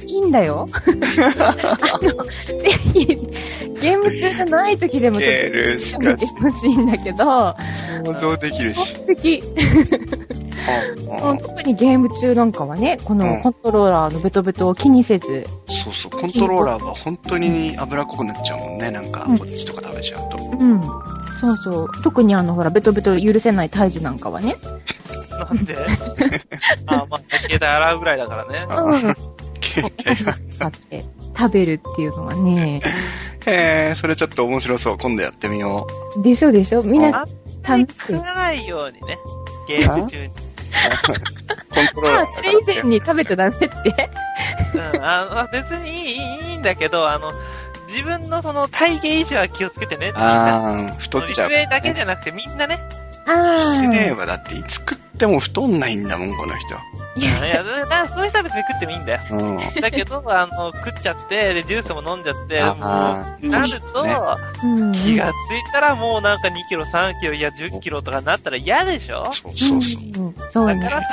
B: いいんだよ。ぜひ、ゲーム中じゃない時でもちょっと食べてほしいんだけど。
A: 想像できるし。
B: 素敵。特にゲーム中なんかはね、このコントローラーのベトベトを気にせず。
A: そう、コントローラーは本当に脂っこくなっちゃうもんね。なんか、こっちとか食べちゃうと。
B: そう。特にほら、ベトベト許せない胎児なんかはね。
C: なんでまあ、携帯洗うぐらいだからね。
B: 携帯使って食べるっていうのはね。
A: それちょっと面白そう。今度やってみよ
B: う。でしょみんな、
C: 試して。食わないようにね。ゲーム中に。
A: コントローラー。
B: それ以前に食べちゃダメって。
C: 別にいいんだけど、自分のその体型維持は気をつけてね。
A: 太っちゃう。
C: リスネだけじゃなくてみんなね。
A: リスネはだっていつ食っても太んないんだもん、この人。
C: いや、そういう人は別に食ってもいいんだよ。だけど、食っちゃって、で、ジュースも飲んじゃって、なると、気がついたらもうなんか2キロ、3キロ、いや10キロとかなったら嫌でしょ？
B: そう。
C: だから、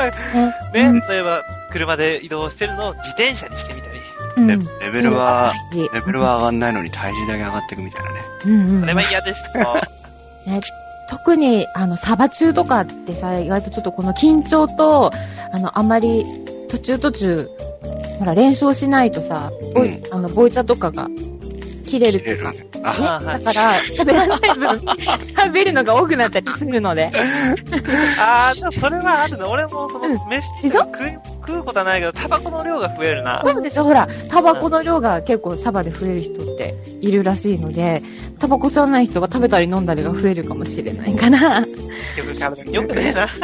C: ね、例えば、車で移動してるのを自転車にしてみたり。
A: レベルは上がんないのに体重だけ上がっていくみたいなね。
C: それは嫌ですよ。
B: 特に、サバ中とかってさ、意外とちょっとこの緊張と、あまり、途中、ほら、連勝しないとさ、ボイチャとかが、切れるとか。だから、食べられない分、食べるのが多くなったりするので。
C: それはあるの。俺も飯食うことはないけど、タバコの量が増えるな。
B: そうでしょ、ほら、タバコの量が結構サバで増える人っているらしいので、タバコ吸わない人が食べたり飲んだりが増えるかもしれないから。
C: 結局食べるのよくねえな。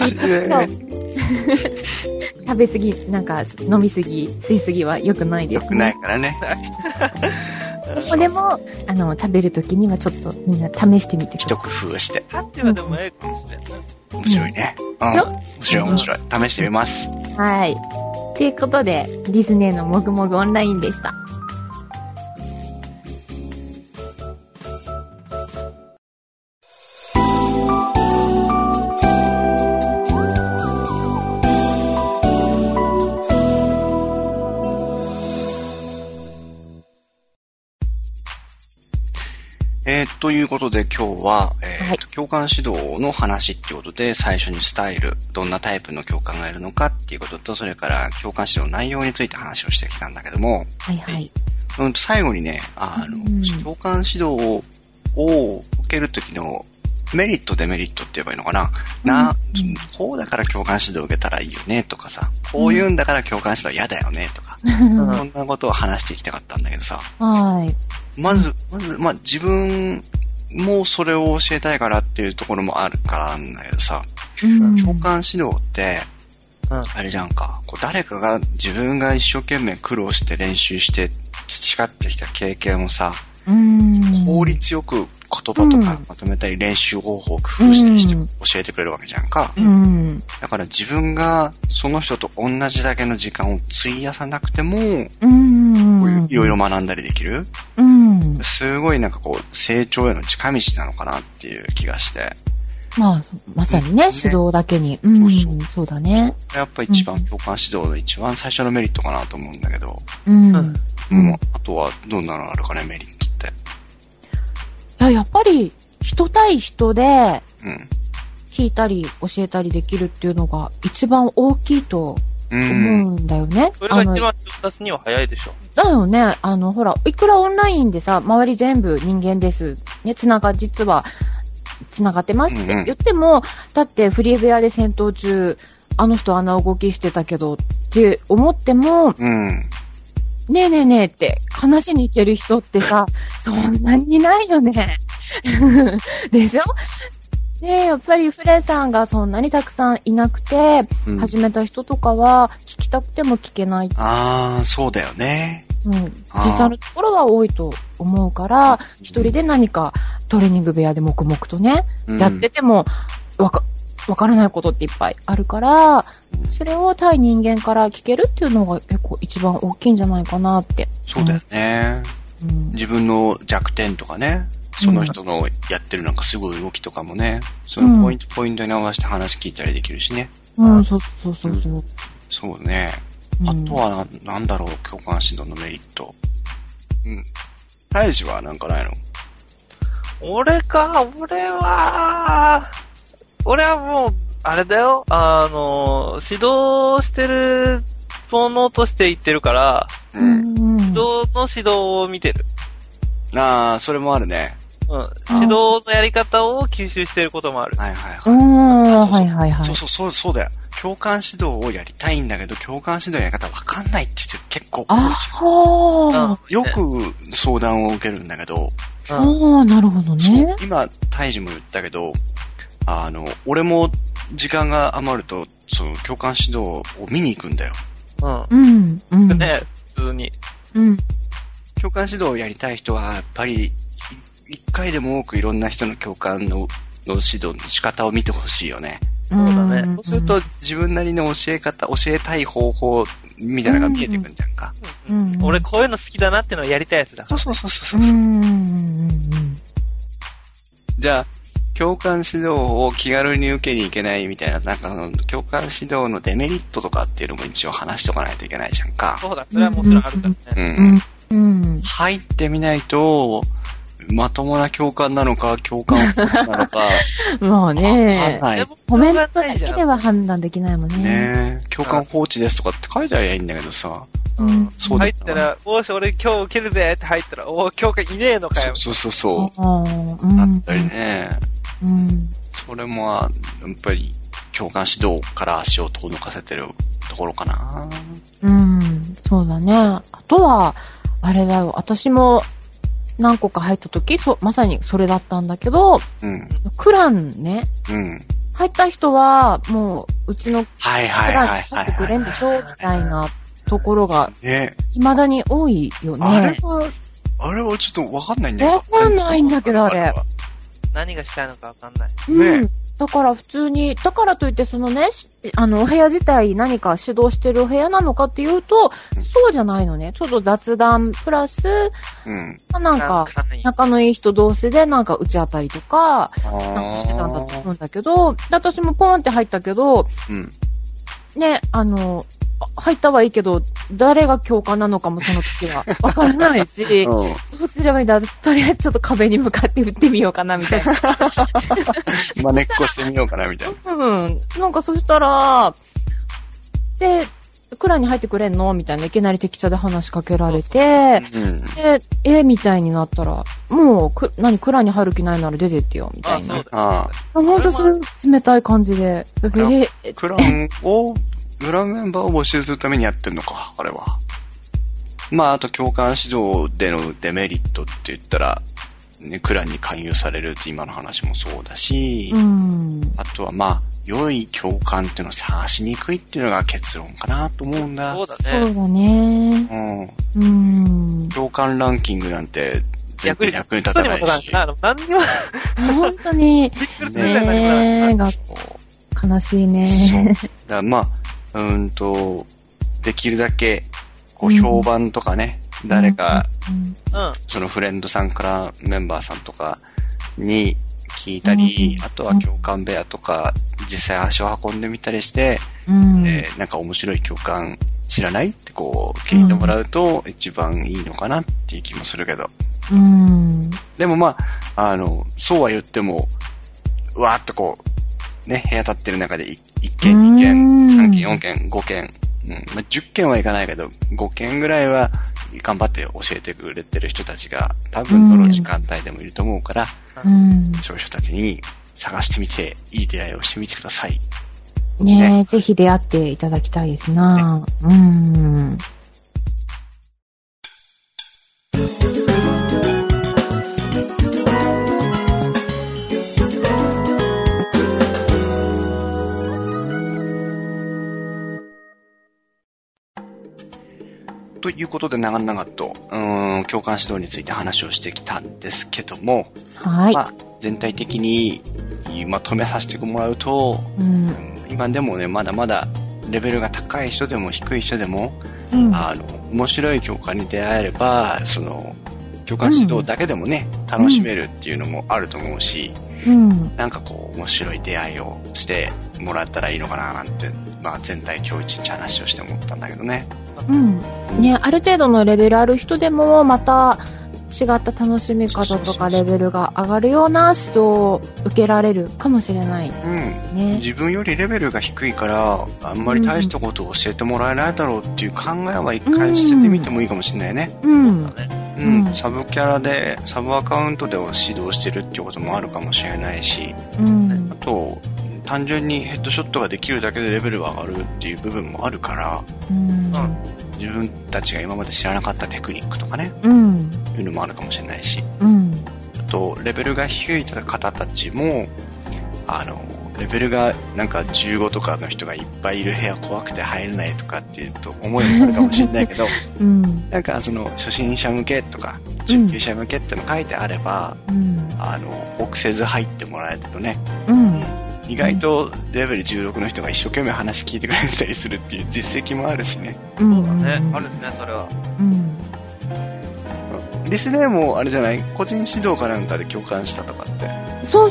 B: 食べ過ぎ、なんか飲み過ぎ、吸い過ぎは良くないですね。
A: 良くないからね。
B: でも、食べるときにはちょっとみんな試してみてください。
A: 一工夫して。
C: でもええかもしれない。
A: 面白いね。面白い。試してみます。
B: はい。ということで、ディズニーのもぐもぐオンラインでした。
A: ということで今日は、共感指導の話っていうことで、最初にスタイル、どんなタイプの共感がいるのかっていうことと、それから共感指導の内容について話をしてきたんだけども、最後にね、共感指導を受けるときのメリット、デメリットって言えばいいのかな、こうだから共感指導を受けたらいいよねとかさ、こういうんだから共感指導嫌だよねとか、そんなことを話していきたかったんだけどさ、まず、自分もそれを教えたいからっていうところもあるからなんだけどさ、共感指導って、あれじゃんか、誰かが自分が一生懸命苦労して練習して培ってきた経験をさ、効率よく言葉とかまとめたり練習方法を工夫したりして教えてくれるわけじゃんか。だから自分がその人と同じだけの時間を費やさなくても、いろいろ学んだりできる。すごいなんか成長への近道なのかなっていう気がして。
B: まさにね、指導だけに。そうだね。
A: やっぱ一番共感指導の一番最初のメリットかなと思うんだけど。あとはどんなのあるかね、メリットって。
B: やっぱり人対人で、聞いたり教えたりできるっていうのが一番大きいと思うんだよね。
C: それが一番上達には早いでしょ。
B: だよね。ほら、いくらオンラインでさ、周り全部人間です。ね、実は、繋がってますって言っても、だってフリーウェアで戦闘中、あの人あんな動きしてたけどって思っても、ねえねえねえって話に行ける人ってさ、そんなにいないよね。でしょ？で、やっぱりフレさんがそんなにたくさんいなくて、始めた人とかは聞きたくても聞けない。
A: そうだよね。
B: 実際のところは多いと思うから、一人で何かトレーニング部屋で黙々とね、やってても、 わからないことっていっぱいあるから、それを対人間から聞けるっていうのが結構一番大きいんじゃないかなって。
A: そうだよね。自分の弱点とかね、その人のやってるなんかすごい動きとかもね、そのポイントに合わせて話聞いたりできるしね。
B: そう。
A: そうね。あとはなんだろう、共感指導のメリット。大志はなんかないの？
C: 俺はもう、あれだよ、指導してるものとして言ってるから、指導の指導を見てる。
A: それもあるね。
C: 指導のやり方を吸収してることもある。
A: そうだよ。共感指導をやりたいんだけど、共感指導のやり方わかんないって人結構多い。よく相談を受けるんだけど。
B: なるほどね。
A: 今、大志も言ったけど、俺も時間が余ると、その共感指導を見に行くんだよ。
C: ね、普通に。
A: 共感指導をやりたい人は、やっぱり、一回でも多くいろんな人の共感の指導の仕方を見てほしいよね。
C: そうだね。
A: そうすると自分なりの教えたい方法みたいなのが見えてくるんじゃんか。
C: 俺こういうの好きだなってのをやりたいやつだ。
A: そう。じゃあ、共感指導を気軽に受けに行けないみたいな、なんか共感指導のデメリットとかっていうのも一応話しとかないといけないじゃんか。
C: そうだ、それはもちろんあるからね。
A: 入ってみないと、まともな共感なのか、共感放置なのか。
B: もうね、コメントだけでは判断できないもんね。
A: ね共感放置ですとかって書いてありゃいいんだけどさ。
C: そう入ったら、おーし、俺今日受けるぜって入ったら、おー、共感いねえのかよ。
A: そう。あったりね。それも、やっぱり、共感指導から足を遠のかせてるところかな。
B: そうだね。あとは、あれだよ、私も、何個か入った時、まさにそれだったんだけど、クランね。入った人は、もう、うちのクランに入ってくれんでしょみたいなところが、未だに多いよね。
A: あれはちょっとわかんないんだけど。
B: わかんないんだけど、あれ。
C: 何がしたいのかわかんない。
B: ね。だから普通に、だからといってそのね、お部屋自体何か指導してるお部屋なのかっていうと、そうじゃないのね。ちょっと雑談プラス、なんか、仲のいい人同士でなんか打ち当たりとか、なんかしてたんだと思うんだけど、私もポーンって入ったけど、ね、入ったはいいけど、誰が共感なのかもその時はわからないし、どうすればいいんだ、とりあえずちょっと壁に向かって打ってみようかな、みたいな。
A: まあ、根っこしてみようかな、みたいな。
B: なんかそしたら、で、クラに入ってくれんのみたいな、いきなり適当で話しかけられて、で、みたいになったら、もう、クラに入る気ないなら出てってよ、みたいな。ほんとそれ冷たい感じで、
A: クランメンバーを募集するためにやってんのか、あれは。まあ、あと共感指導でのデメリットって言ったら、ね、クランに勧誘されるって今の話もそうだし、あとはまあ、良い共感っていうのを探しにくいっていうのが結論かなと思うんだ。
C: そうだ
B: ね。
A: 共感ランキングなんて、役に立たないし。
C: 何にも。
B: 本当に、ね悲しいね。
A: そう。だまあ、できるだけ、こう、評判とかね、誰か、そのフレンドさんからメンバーさんとかに聞いたり、あとは共感部屋とか、実際足を運んでみたりして、なんか面白い共感知らないってこう、聞いてもらうと一番いいのかなっていう気もするけど。でもまあ、そうは言っても、わーっとこう、ね、部屋立ってる中で1件、2件、3件、4件、5件、まあ、10件はいかないけど、5件ぐらいは頑張って教えてくれてる人たちが多分どの時間帯でもいると思うから、そういう人たちに探してみて、いい出会いをしてみてください。
B: ねえ、ぜひ出会っていただきたいですな。
A: ということで長々と共感指導について話をしてきたんですけども、
B: はい。
A: まあ、全体的にまとめさせてもらうと、今でもね、まだまだレベルが高い人でも低い人でも、面白い教科に出会えれば、教科指導だけでもね、楽しめるっていうのもあると思うし、なんかこう、面白い出会いをしてもらったらいいのかななんて、全体今日一日話をして思ったんだけどね。
B: ね、ある程度のレベルある人でも、また違った楽しみ方とかレベルが上がるような指導を受けられるかもしれない。
A: 自分よりレベルが低いから、あんまり大したことを教えてもらえないだろうっていう考えは一回捨ててみてもいいかもしれないね。サブキャラで、サブアカウントで指導してるっていうこともあるかもしれないし、あと、単純にヘッドショットができるだけでレベルが上がるっていう部分もあるから、自分たちが今まで知らなかったテクニックとかね、いうのもあるかもしれないし、あと、レベルが低い方たちも、レベルがなんか15とかの人がいっぱいいる部屋怖くて入れないとかっていうと思いもあるかもしれないけど、なんか初心者向けとか、中級者向けっての書いてあれば、臆せず入ってもらえるとね、意外とレベル16の人が一生懸命話聞いてくれたりするっていう実績もあるしね。
C: そうだね。あるね、それは。
A: リスネーもあれじゃない？個人指導かなんかで共感したとかって。
B: そう、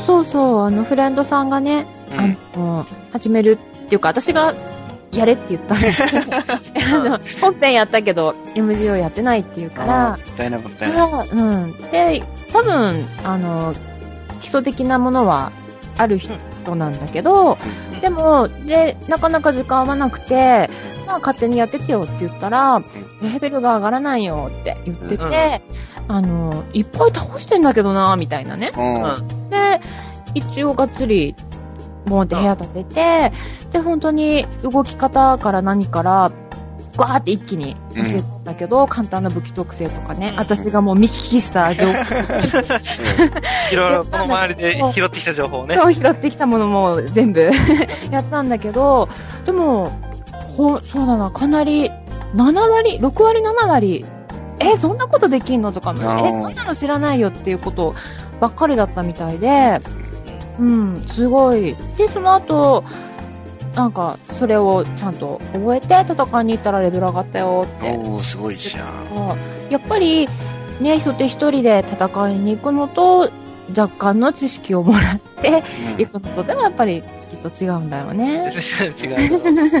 B: フレンドさんがね、始めるっていうか、私がやれって言ったんですけど、本編やったけど、MGO やってないっていうから、
A: もったいない。
B: で、多分、基礎的なものはある人なんだけど、でも、なかなか時間合わなくて、勝手にやっててよって言ったら、レベルが上がらないよって言ってて、いっぱい倒してんだけどな、みたいなね。で、一応がっつり、ボーンって部屋立てて、で、本当に動き方から何から、ガーって一気に教えたんだけど、簡単な武器特性とかね、私がもう見聞きした情報。
C: いろいろこの周りで拾ってきた情報をね。
B: そう、拾ってきたものも全部やったんだけど、でも、そうだな、かなり、7割、6割、7割、そんなことできんのとかも、そんなの知らないよっていうことばっかりだったみたいで、すごい。で、その後、なんか、それをちゃんと覚えて戦いに行ったらレベル上がったよって。
A: すごいじゃん。
B: やっぱり、ね、一人で戦いに行くのと、若干の知識をもらって行くのとでもやっぱりきっと違うんだよね。
C: 違う。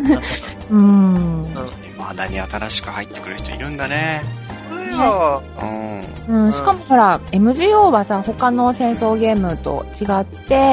A: 未だに新しく入ってくる人いるんだね。
B: しかもほら、MGO はさ、他の戦争ゲームと違って、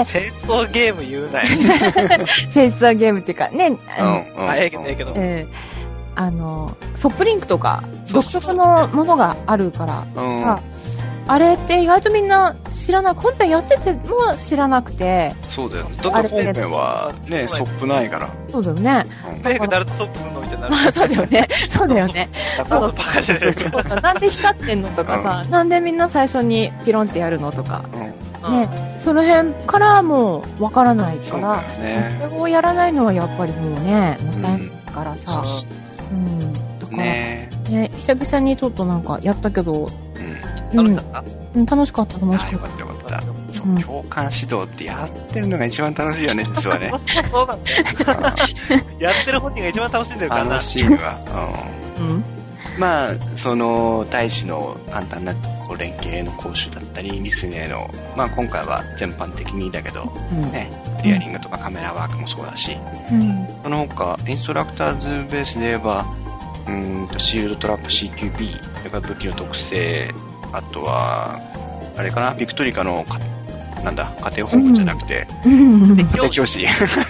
C: 戦争ゲーム言うなよ。
B: 戦争ゲームっていうか、ね、
C: ええけど。
B: ソップリンクとか、独特のものがあるからさ、あれって意外とみんな知らない、本編やってても知らなくて。
A: そうだよね。だって本編はね、ソップないから。
B: そうだよね。
C: 早くなるとソップするのみたいになる。
B: そうだよね。そうだよね。
C: バカじゃねえか。
B: なんで光ってんのとかさ、なんでみんな最初にピロンってやるのとか。ね、その辺からもうわからないから、それをやらないのはやっぱりもうね、もったいないからさ。とか、ね、久々にちょっとなんかやったけど、楽しかった？楽しかった。
A: よかった。そう、共感指導ってやってるのが一番楽しいよね、実はね。
C: そうなんだよ。やってる本人が一番楽しんでるからな。
A: 楽しいわ。まあ、大使の簡単な連携の講習だったり、リスネの、まあ今回は全般的にだけど、ね、リアリングとかカメラワークもそうだし、その他、インストラクターズベースで言えば、シールドトラップ CQB、それから武器の特性、あとは、あれかな、ビクトリカの、家庭本部じゃなくて、家庭教師。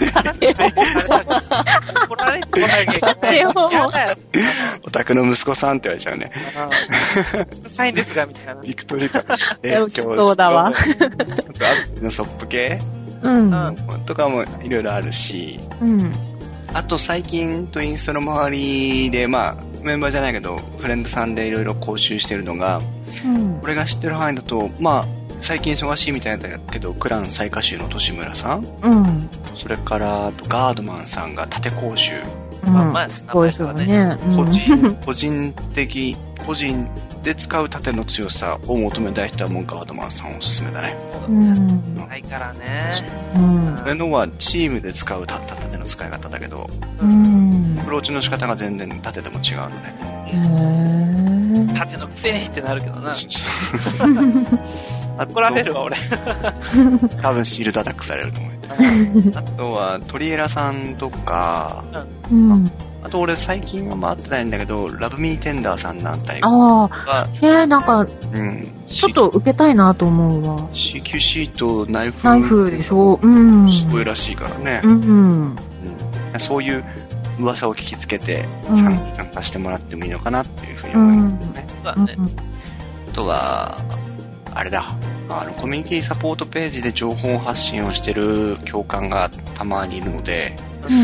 A: お宅の息子さんって言われちゃうね。
C: サインですが、みたいな。
A: ビクトリカ。
B: そうだわ。
A: ソップ系とかもいろいろあるし、あと最近とインストの周りで、まあ、メンバーじゃないけど、フレンドさんでいろいろ講習してるのが、俺が知ってる範囲だと、まあ、最近忙しいみたいだけど、クラン最下手の利村さん、それから、ガードマンさんが縦講習。
B: すごいですよね。
A: 個人で使う盾の強さを求めたい人はもうガードマンさんおすすめだね。
C: ないからね。
A: 俺のはチームで使う盾の使い方だけど、アプローチの仕方が全然盾でも違うので。
C: 盾のくせにってなるけどな。怒られるわ、俺。
A: 多分シールドアタックされると思う。あとは、トリエラさんとか、あと俺最近は会ってないんだけど、ラブミーテンダーさんなんたり。
B: なんか、ちょっと受けたいなと思うわ。
A: CQC とナイ
B: フでしょ。
A: すごいらしいからね。そういう噂を聞きつけて参加してもらってもいいのかなっていうふうに思いますね。あとは、あれだ。コミュニティサポートページで情報発信をしてる教官がたまにいるので、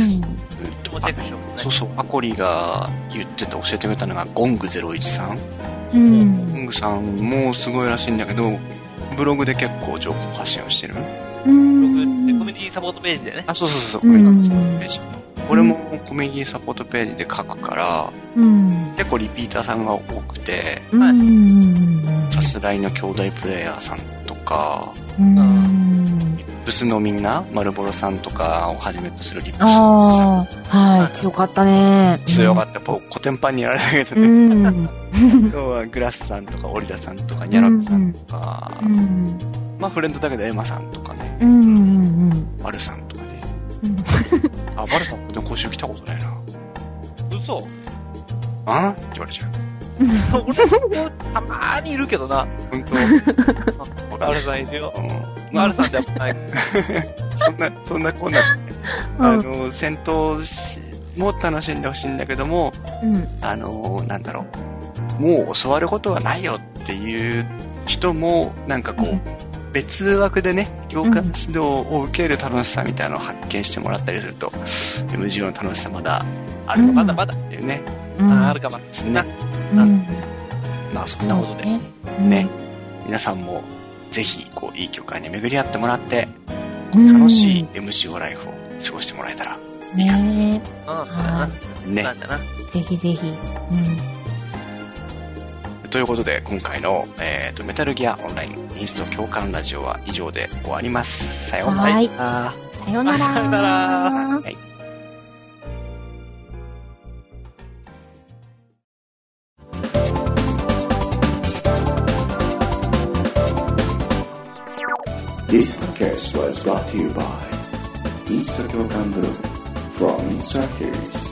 A: そうそう、アコリが教えてくれたのがゴング013。ゴングさんもすごいらしいんだけど、ブログで結構情報発信をしてる。
C: ブログでコミュニティサポートページでね。
A: そう、コミュニティサポートページ。俺もコミュニティサポートページで書くから、結構リピーターさんが多くて、さすらいの兄弟プレイヤーさんとか、リップスのみんな、マルボロさんとかをはじめとするリップスのさん。
B: 強かったね。
A: 強かった。コテンパンにやられたけどね。今日はグラスさんとかオリラさんとかニャラミさんとか、フレンドだけどエマさんとかね、マルさんとかね。マルさんここ講習来たことないな。
C: 嘘？
A: って言われちゃう。
C: 俺たまーにいるけどな。
A: 本当。
C: マルさんいるよ。マルさんじゃない。
A: そんなこんな、戦闘も楽しんでほしいんだけども、なんだろう。もう教わることはないよっていう人も、なんかこう、別枠でね、業界指導を受ける楽しさみたいなのを発見してもらったりすると、MGO の楽しさまだあるのまだまだっていうね。
C: あるかも
A: ですね。そんなことで、ね、皆さんもぜひ、いい教会に巡り合ってもらって、楽しい MGO ライフを過ごしてもらえたらいいかな。ね。
B: ぜひぜひ。
A: ということで、今回の、メタルギアオンラインインスト共感ラジオは以上で終わります。さようなら。
B: さようなら。さようなら。はい。
D: This podcast was brought to you by Insta Kyokan Blog from Instructors.